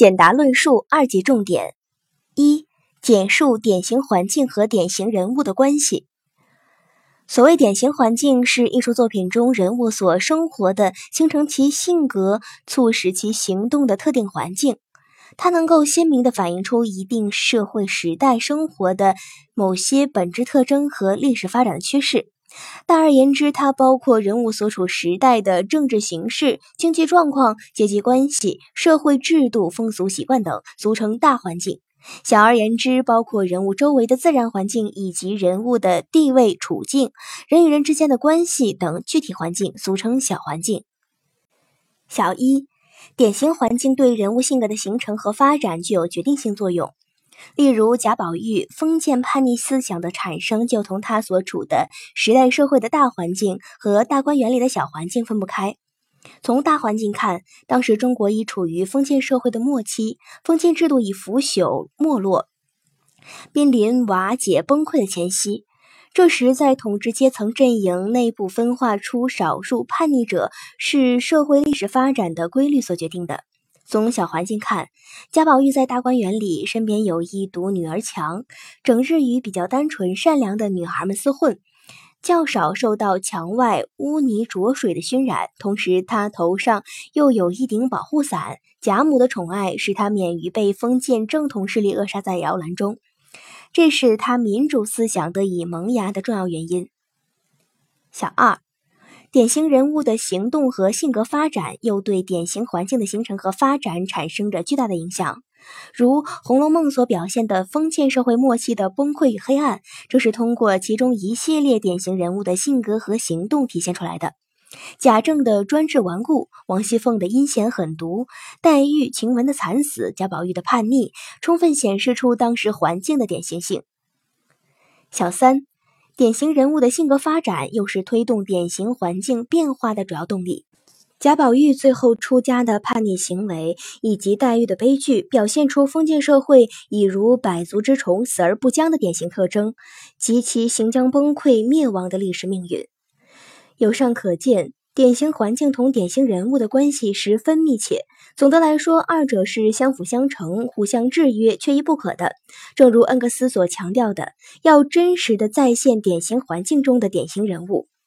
简答论述2级重点。一、简述典型环境和典型人物的关系。所谓典型环境，是艺术作品中人物所生活的、形成其性格、促使其行动的特定环境。它能够鲜明地反映出一定社会时代生活的某些本质特征和历史发展的趋势。大而言之，它包括人物所处时代的政治形势、经济状况、阶级关系、社会制度、风俗习惯等，俗称大环境。小而言之，包括人物周围的自然环境以及人物的地位处境、人与人之间的关系等具体环境，俗称小环境。小一，典型环境对人物性格的形成和发展具有决定性作用。例如贾宝玉封建叛逆思想的产生，就同他所处的时代社会的大环境和大观园里的小环境分不开。从大环境看，当时中国已处于封建社会的末期，封建制度已腐朽没落，濒临瓦解崩溃的前夕。这时在统治阶层阵营内部分化出少数叛逆者，是社会历史发展的规律所决定的。从小环境看，贾宝玉在大观园里身边有一独女儿强，整日与比较单纯善良的女孩们厮混，较少受到墙外污泥浊水的熏染。同时他头上又有一顶保护伞，贾母的宠爱使他免于被封建正统势力扼杀在摇篮中，这是他民主思想得以萌芽的重要原因。小二，典型人物的行动和性格发展又对典型环境的形成和发展产生着巨大的影响。如《红楼梦》所表现的封建社会末期的崩溃与黑暗，正是通过其中一系列典型人物的性格和行动体现出来的。贾政的专制顽固，王熙凤的阴险狠毒，黛玉、晴雯的惨死，贾宝玉的叛逆，充分显示出当时环境的典型性。小三，典型人物的性格发展又是推动典型环境变化的主要动力。贾宝玉最后出家的叛逆行为，以及黛玉的悲剧，表现出封建社会已如百足之虫，死而不僵的典型特征，及其行将崩溃灭亡的历史命运。由上可见，典型环境同典型人物的关系十分密切。总的来说，二者是相辅相成、互相制约、缺一不可的。正如恩格斯所强调的，要真实地再现典型环境中的典型人物。